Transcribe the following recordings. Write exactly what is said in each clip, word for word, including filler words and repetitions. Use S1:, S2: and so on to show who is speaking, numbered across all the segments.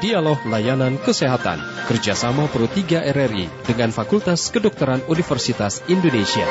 S1: Dialog Layanan Kesehatan kerjasama Pro tiga R R I dengan Fakultas Kedokteran Universitas Indonesia.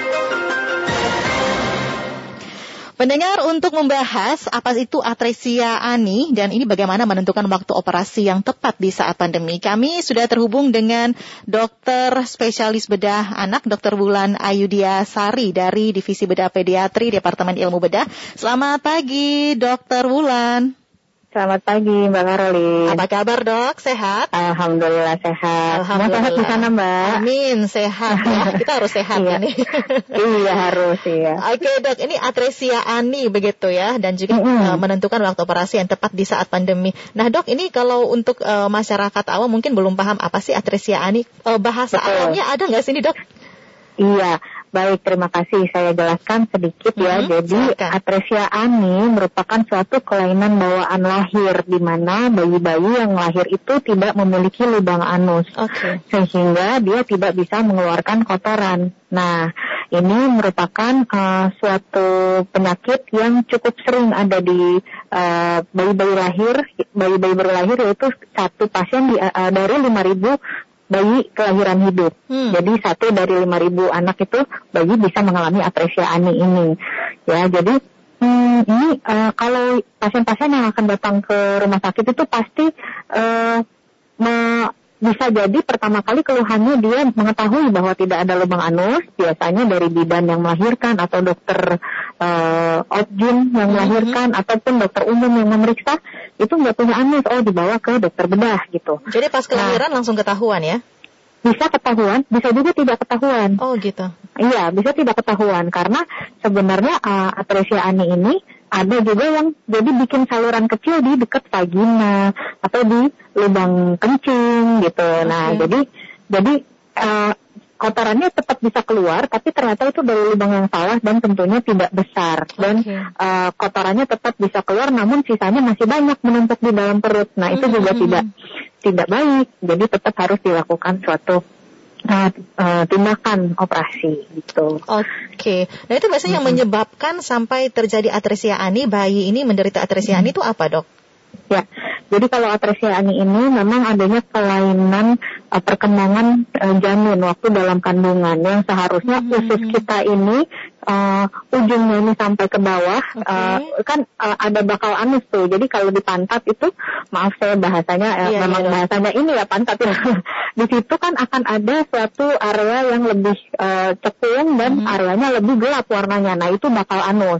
S2: Pendengar, untuk membahas apa itu atresia ani dan ini bagaimana menentukan waktu operasi yang tepat di saat pandemi, kami sudah terhubung dengan dokter spesialis bedah anak, Dokter Wulan Ayudhya Sari dari Divisi Bedah Pediatri Departemen Ilmu Bedah. Selamat pagi, Dokter Wulan.
S3: Selamat pagi, Mbak Karolin.
S2: Apa kabar, Dok? Sehat?
S3: Alhamdulillah sehat.
S2: Alhamdulillah.
S3: Sehat di sana, Mbak.
S2: Amin, sehat ya. Kita harus sehat
S3: iya.
S2: ini.
S3: Iya, harus ya.
S2: Oke, Dok, ini atresia ani begitu ya, dan juga
S3: mm-hmm.
S2: uh, menentukan waktu operasi yang tepat di saat pandemi. Nah, Dok, ini kalau untuk uh, masyarakat awam mungkin belum paham apa sih atresia ani, uh, bahasa
S3: Betul.
S2: awamnya ada nggak sih, Dok?
S3: Iya. Baik, terima kasih. Saya jelaskan sedikit ya.
S2: Hmm,
S3: Jadi,
S2: silakan.
S3: atresia ani merupakan suatu kelainan bawaan lahir, di mana bayi-bayi yang lahir itu tidak memiliki lubang anus.
S2: Okay.
S3: Sehingga dia tidak bisa mengeluarkan kotoran. Nah, ini merupakan uh, suatu penyakit yang cukup sering ada di uh, bayi-bayi lahir. Bayi-bayi baru lahir yaitu satu pasien di, uh, dari lima ribu bayi kelahiran hidup. Hmm. Jadi satu dari lima ribu anak itu bayi bisa mengalami atresia ani ini. Ya, jadi hmm, ini uh, kalau pasien-pasien yang akan datang ke rumah sakit itu pasti uh, me- bisa jadi pertama kali keluhannya dia mengetahui bahwa tidak ada lubang anus, biasanya dari bidan yang melahirkan atau dokter uh, obgyn yang melahirkan mm-hmm. ataupun dokter umum yang memeriksa, itu nggak punya anus, oh dibawa ke dokter bedah gitu.
S2: Jadi pas kelahiran nah, langsung ketahuan ya?
S3: Bisa ketahuan, bisa juga tidak ketahuan.
S2: Oh gitu.
S3: Iya, bisa tidak ketahuan karena sebenarnya uh, atresia ani ini ada juga yang jadi bikin saluran kecil di dekat vagina atau di lubang kencing gitu. Okay. Nah, jadi jadi uh, kotorannya tetap bisa keluar, tapi ternyata itu dari lubang yang salah dan tentunya tidak besar. Dan okay. uh, kotorannya tetap bisa keluar, namun sisanya masih banyak menumpuk di dalam perut. Nah, itu mm-hmm. juga tidak tidak baik. Jadi tetap harus dilakukan suatu Uh, uh, tindakan operasi gitu.
S2: Oke, okay. Nah itu biasanya hmm. yang menyebabkan sampai terjadi atresia ani, bayi ini menderita atresia ani itu apa, Dok?
S3: Ya, jadi kalau atresia ani ini memang adanya kelainan uh, perkembangan uh, janin waktu dalam kandungan yang seharusnya hmm. usus kita ini uh, ujungnya ini sampai ke bawah, okay. uh, kan uh, ada bakal anus tuh. Jadi kalau di pantat itu, maaf saya bahasanya, yeah, memang yeah, bahasanya ini ya pantat ya. Di situ kan akan ada suatu area yang lebih uh, cekung dan hmm. areanya lebih gelap warnanya. Nah itu bakal anus.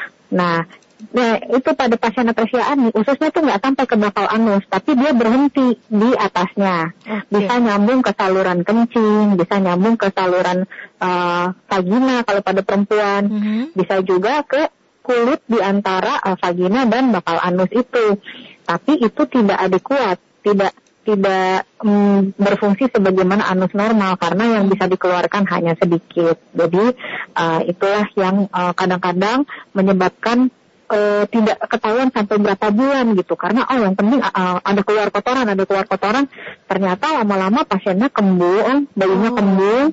S3: Nah, nah itu pada pasien atresia ani, ususnya tuh nggak sampai ke bakal anus, tapi dia berhenti di atasnya. Okay. Bisa nyambung ke saluran kencing, bisa nyambung ke saluran uh, vagina kalau pada perempuan, mm-hmm. bisa juga ke kulit di antara uh, vagina dan bakal anus itu. Tapi itu tidak adekuat, tidak tidak mm, berfungsi sebagaimana anus normal karena yang bisa dikeluarkan hanya sedikit. Jadi uh, itulah yang uh, kadang-kadang menyebabkan Uh, tidak ketahuan sampai berapa bulan gitu, karena oh yang penting uh, ada keluar kotoran, ada keluar kotoran, ternyata lama-lama pasiennya kembung, bayinya oh. kembung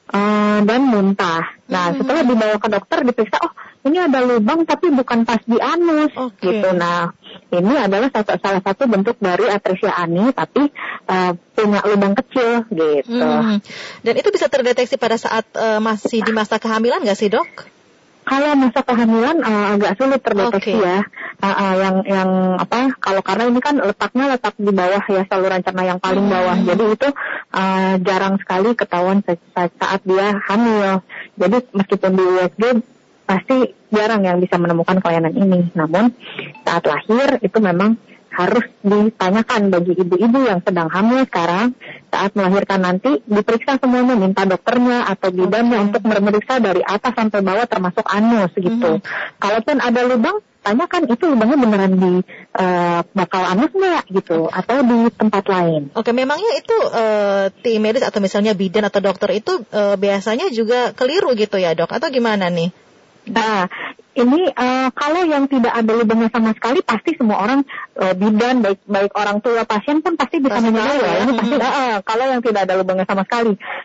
S3: uh, dan muntah. Nah hmm. setelah dibawa ke dokter diperiksa, oh ini ada lubang tapi bukan pas di anus, okay. gitu. Nah ini adalah salah, salah satu bentuk dari atresia ani, tapi uh, punya lubang kecil gitu. Hmm.
S2: Dan itu bisa terdeteksi pada saat uh, masih di masa kehamilan nggak sih, Dok?
S3: Kalau masa kehamilan uh, agak sulit terdeteksi okay. ya, uh, uh, yang yang apa? Kalau karena ini kan letaknya letak di bawah ya, saluran cerna yang paling bawah, hmm. jadi itu uh, jarang sekali ketahuan saat, saat dia hamil. Jadi meskipun di U S G pasti jarang yang bisa menemukan kelainan ini. Namun saat lahir itu memang harus ditanyakan bagi ibu-ibu yang sedang hamil sekarang, saat melahirkan nanti diperiksa semuanya, minta dokternya atau bidannya okay. untuk memeriksa dari atas sampai bawah termasuk anus gitu. Mm-hmm. Kalaupun ada lubang, tanyakan itu lubangnya beneran di uh, bakal anus nggak gitu atau di tempat lain.
S2: Oke, memangnya itu uh, tim medis atau misalnya bidan atau dokter itu uh, biasanya juga keliru gitu ya, Dok, atau gimana nih?
S3: Nah, ini uh, kalau yang tidak ada lubangnya sama sekali pasti semua orang uh, bidan baik baik orang tua pasien pun pasti bisa menilai ya. Ini pasti uh, uh, kalau yang tidak ada lubangnya sama sekali.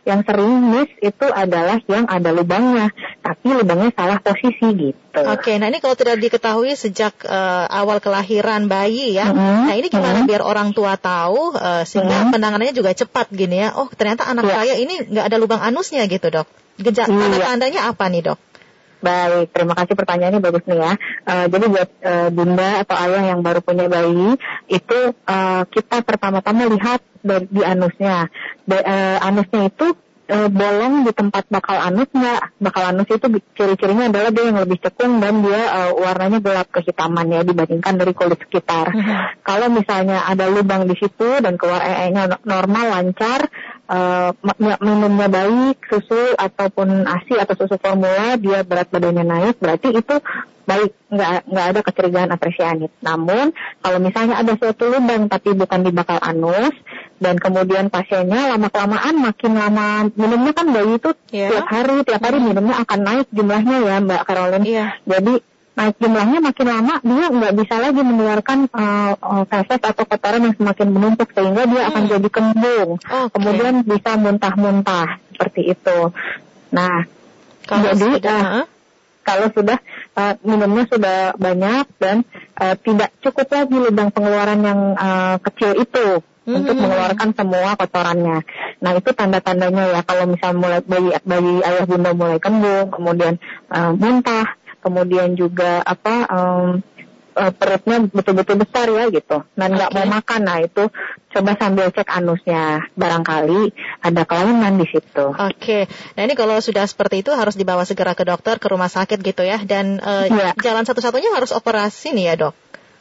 S3: yang sering miss itu adalah yang ada lubangnya, tapi lubangnya salah posisi gitu.
S2: Oke, nah ini kalau tidak diketahui sejak uh, awal kelahiran bayi ya,
S3: mm-hmm.
S2: nah ini gimana mm-hmm. biar orang tua tahu uh, sehingga mm-hmm. penanganannya juga cepat gini ya. Oh ternyata anak yeah. saya ini nggak ada lubang anusnya gitu dok. Gejala yeah. tanda-tandanya apa nih dok?
S3: Baik, terima kasih pertanyaannya bagus nih ya. Uh, jadi buat uh, bunda atau ayah yang baru punya bayi, itu uh, kita pertama-tama lihat dari, di anusnya. De, uh, anusnya itu uh, bolong di tempat bakal anus nggak? Bakal anus itu ciri-cirinya adalah dia yang lebih cekung dan dia uh, warnanya gelap kehitaman ya dibandingkan dari kulit sekitar. Mm-hmm. Kalau misalnya ada lubang di situ dan keluar ee-nya normal, lancar, Uh, minumnya baik, susu ataupun A S I atau susu formula, dia berat badannya naik, berarti itu baik, nggak nggak ada kecurigaan atresia anit. Namun kalau misalnya ada suatu lubang tapi bukan di bakal anus dan kemudian pasiennya lama kelamaan makin lama minumnya kan bayi itu yeah. tiap hari tiap hari minumnya akan naik jumlahnya ya Mbak Caroline. Yeah. Jadi naik jumlahnya makin lama dia nggak bisa lagi mengeluarkan uh, uh, feses atau kotoran yang semakin menumpuk sehingga dia hmm. akan jadi kembung, okay. kemudian bisa muntah-muntah seperti itu. Nah, kalau jadi sudah, uh, kalau sudah uh, minumnya sudah banyak dan uh, tidak cukup lagi lubang pengeluaran yang uh, kecil itu hmm. untuk mengeluarkan semua kotorannya. Nah itu tanda-tandanya ya kalau misalnya mulai bayi, bayi ayah bunda mulai kembung, kemudian uh, muntah. Kemudian juga apa um, uh, perutnya betul-betul besar ya gitu, dan nggak okay. mau makan. Nah itu coba sambil cek anusnya, barangkali ada kelainan di situ.
S2: Oke, okay. Nah ini kalau sudah seperti itu harus dibawa segera ke dokter, ke rumah sakit gitu ya, dan uh, ya. jalan satu-satunya harus operasi nih ya dok.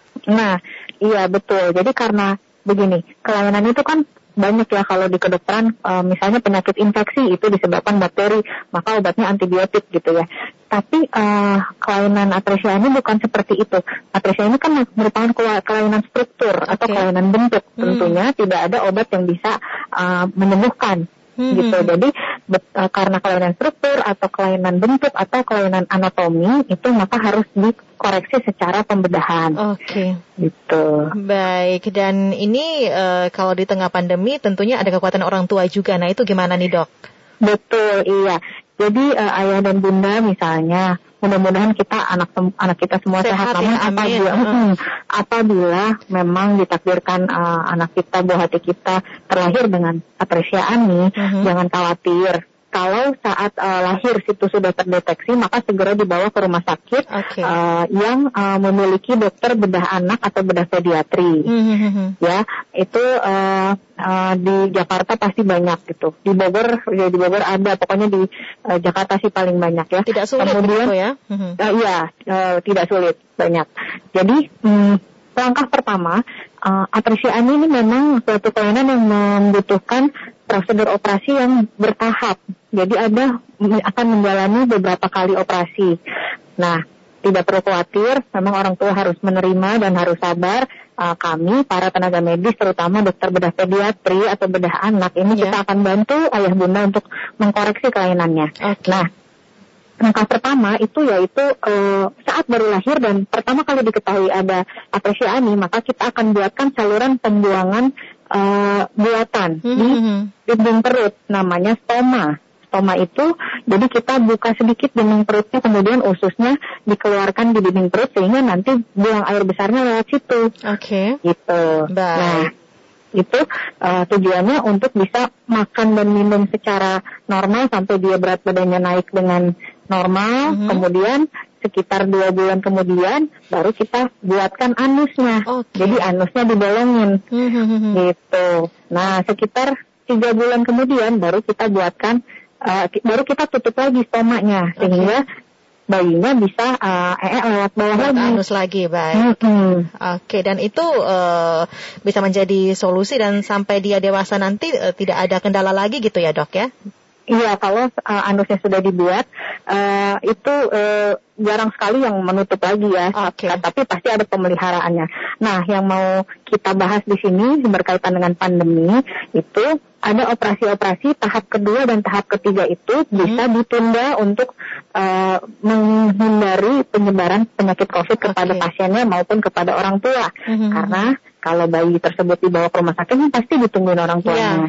S3: Nah iya betul, jadi karena begini, kelainan itu kan banyak ya kalau di kedokteran, uh, misalnya penyakit infeksi itu disebabkan bakteri, maka obatnya antibiotik gitu ya. Tapi uh, kelainan atresia ini bukan seperti itu. Atresia ini kan merupakan kelainan struktur okay. atau kelainan bentuk. Hmm. Tentunya tidak ada obat yang bisa uh, menyembuhkan. Hmm. gitu. Jadi bet, uh, karena kelainan struktur atau kelainan bentuk atau kelainan anatomi itu maka harus dikoreksi secara pembedahan.
S2: Oke. Okay.
S3: Gitu.
S2: Baik, dan ini uh, kalau di tengah pandemi tentunya ada kekuatan orang tua juga. Nah itu gimana nih dok?
S3: Betul, iya. Jadi uh, ayah dan bunda misalnya, mudah-mudahan kita anak anak kita semua sehat. Namun ya, apabila, uh. apabila memang ditakdirkan uh, anak kita, buah hati kita terlahir dengan atresia ani, uh-huh. jangan khawatir. Kalau saat uh, lahir situ sudah terdeteksi, maka segera dibawa ke rumah sakit okay. uh, yang uh, memiliki dokter bedah anak atau bedah pediatri. Mm-hmm. Ya, itu uh, uh, di Jakarta pasti banyak gitu. Di Bogor, ya di Bogor ada, pokoknya di uh, Jakarta sih paling banyak ya.
S2: Tidak sulit
S3: Kemudian,
S2: ya? Mm-hmm.
S3: uh, iya, uh, tidak sulit, banyak. Jadi um, langkah pertama, uh, atresia ani ini memang suatu kelainan yang membutuhkan prosedur operasi yang bertahap. Jadi ada akan menjalani beberapa kali operasi. Nah, tidak perlu khawatir, memang orang tua harus menerima dan harus sabar. Uh, kami, para tenaga medis, terutama dokter bedah pediatri atau bedah anak, ini yeah. kita akan bantu ayah bunda untuk mengkoreksi kelainannya. Okay. Nah, langkah pertama itu yaitu uh, saat baru lahir dan pertama kali diketahui ada atresia ani, maka kita akan buatkan saluran pembuangan uh, buatan mm-hmm. di dinding perut, namanya stoma. Stoma itu, jadi kita buka sedikit dinding perutnya, kemudian ususnya dikeluarkan di dinding perut sehingga nanti buang air besarnya lewat situ. Oke. Okay. Gitu. Baik. Nah, itu uh, tujuannya untuk bisa makan dan minum secara normal sampai dia berat badannya naik dengan normal. Mm-hmm. Kemudian sekitar dua bulan kemudian baru kita buatkan anusnya. Okay. Jadi anusnya dibolongin. Mm-hmm. Gitu. Nah, sekitar tiga bulan kemudian baru kita buatkan Uh, baru kita tutup lagi stomanya okay. sehingga bayinya bisa uh, ee lewat bawah lagi.
S2: Anus lagi, baik. Mm-hmm. Oke, okay, dan itu uh, bisa menjadi solusi dan sampai dia dewasa nanti uh, tidak ada kendala lagi gitu ya dok ya?
S3: Iya, kalau uh, anusnya sudah dibuat, uh, itu uh, jarang sekali yang menutup lagi ya. Okay. Tapi pasti ada pemeliharaannya. Nah, yang mau kita bahas di sini berkaitan dengan pandemi itu ada operasi-operasi tahap kedua dan tahap ketiga itu hmm. bisa ditunda untuk uh, menghindari penyebaran penyakit COVID kepada okay. pasiennya maupun kepada orang tua. Hmm. Karena kalau bayi tersebut dibawa ke rumah sakit pasti ditungguin orang tuanya. Yeah.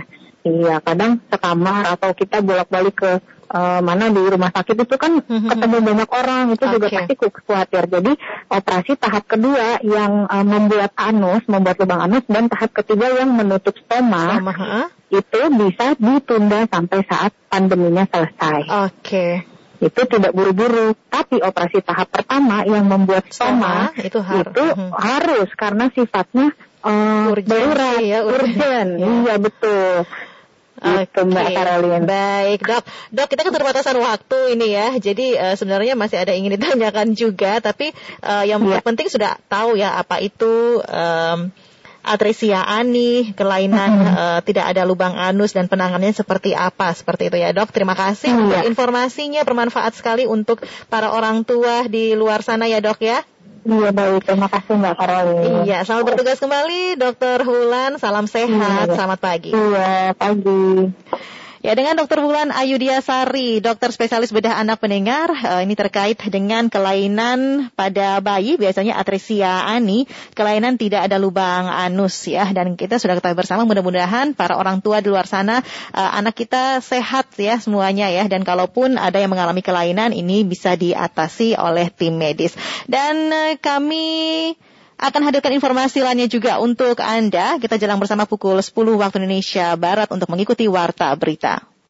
S3: Iya, kadang sekamar atau kita bolak-balik ke uh, mana di rumah sakit itu kan mm-hmm. ketemu banyak orang, itu okay. juga pasti khawatir. Jadi operasi tahap kedua yang uh, membuat anus, membuat lubang anus, dan tahap ketiga yang menutup stoma, stoma huh? itu bisa ditunda sampai saat pandeminya selesai.
S2: Oke. Okay.
S3: Itu tidak buru-buru, tapi operasi tahap pertama yang membuat stoma, stoma itu, har- itu hmm. harus karena sifatnya uh, darurat, ya, urgen. Ya. Iya betul.
S2: Oke, okay. Baik dok, dok kita kan keterbatasan waktu ini ya, jadi uh, sebenarnya masih ada yang ingin ditanyakan juga, tapi uh, yang ya. penting sudah tahu ya apa itu um, atresia ani, kelainan hmm. uh, tidak ada lubang anus dan penanganannya seperti apa, seperti itu ya dok. Terima kasih hmm, untuk ya. informasinya, bermanfaat sekali untuk para orang tua di luar sana ya dok ya.
S3: Iya baik, terima kasih Mbak Karolin.
S2: Iya, selamat bertugas kembali Dokter Wulan, salam sehat, iya, selamat pagi.
S3: Iya, pagi.
S2: Ya, dengan Dokter Wulan Ayudiasari, dokter spesialis bedah anak pendengar, uh, ini terkait dengan kelainan pada bayi, biasanya atresia ani, kelainan tidak ada lubang anus ya, dan kita sudah ketahui bersama, mudah-mudahan para orang tua di luar sana, uh, anak kita sehat ya semuanya ya, dan kalaupun ada yang mengalami kelainan, ini bisa diatasi oleh tim medis. Dan uh, kami akan hadirkan informasi lainnya juga untuk Anda. Kita jalan bersama pukul sepuluh waktu Indonesia Barat untuk mengikuti Warta Berita.